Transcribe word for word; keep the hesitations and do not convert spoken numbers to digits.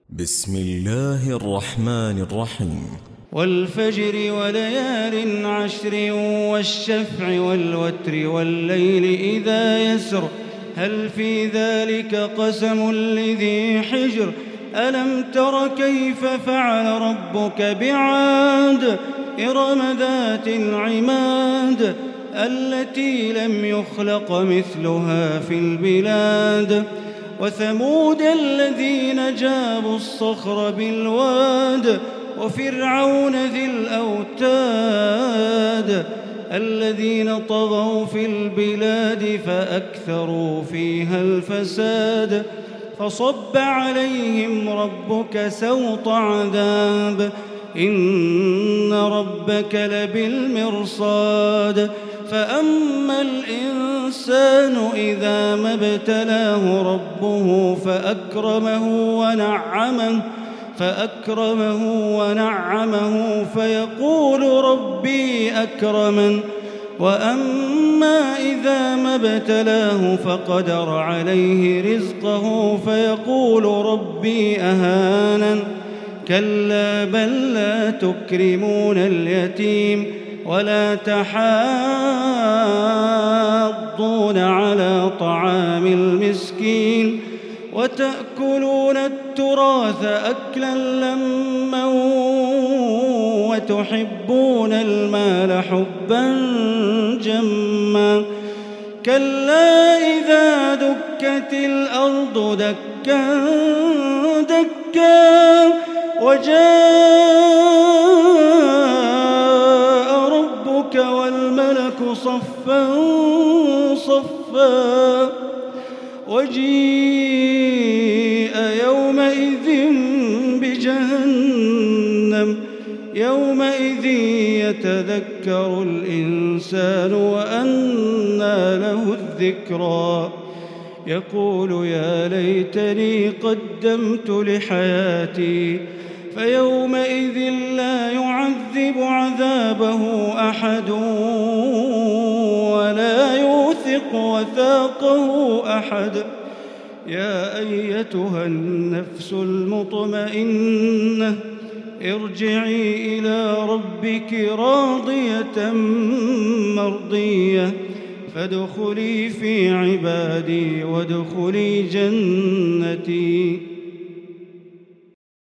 بسم الله الرحمن الرحيم. والفجر وليال عشر والشفع والوتر والليل إذا يسر هل في ذلك قسم لذي حجر ألم تر كيف فعل ربك بعاد إرم ذات العماد التي لم يخلق مثلها في البلاد وثمود الذين جابوا الصخر بالواد وفرعون ذي الأوتاد الذين طغوا في البلاد فأكثروا فيها الفساد فصب عليهم ربك سوط عذاب إن ربك لبالمرصاد فأما الإنسان إذا ما ابتلاه ربه فأكرمه ونعمه فأكرمه ونعمه فيقول ربي أكرمن وأما إذا ما ابتلاه فقدر عليه رزقه فيقول ربي أهانن كلا بل لا تكرمون اليتيم ولا تحاضون على طعام المسكين وتأكلون التراث أكلا لما وتحبون المال حبا جما كلا إذا دكت الأرض دكا دكا وجاء ربك والملك صفا صفا وجيء يومئذ بجهنم يومئذ يتذكر الإنسان وأنى له الذكرى يقول يا ليتني قدمت لحياتي فيومئذ لا يعذب عذابه أحد ولا يوثق وثاقه أحد يا أيتها النفس المطمئنة ارجعي إلى ربك راضية مرضية فادخلي في عبادي وادخلي جنتي.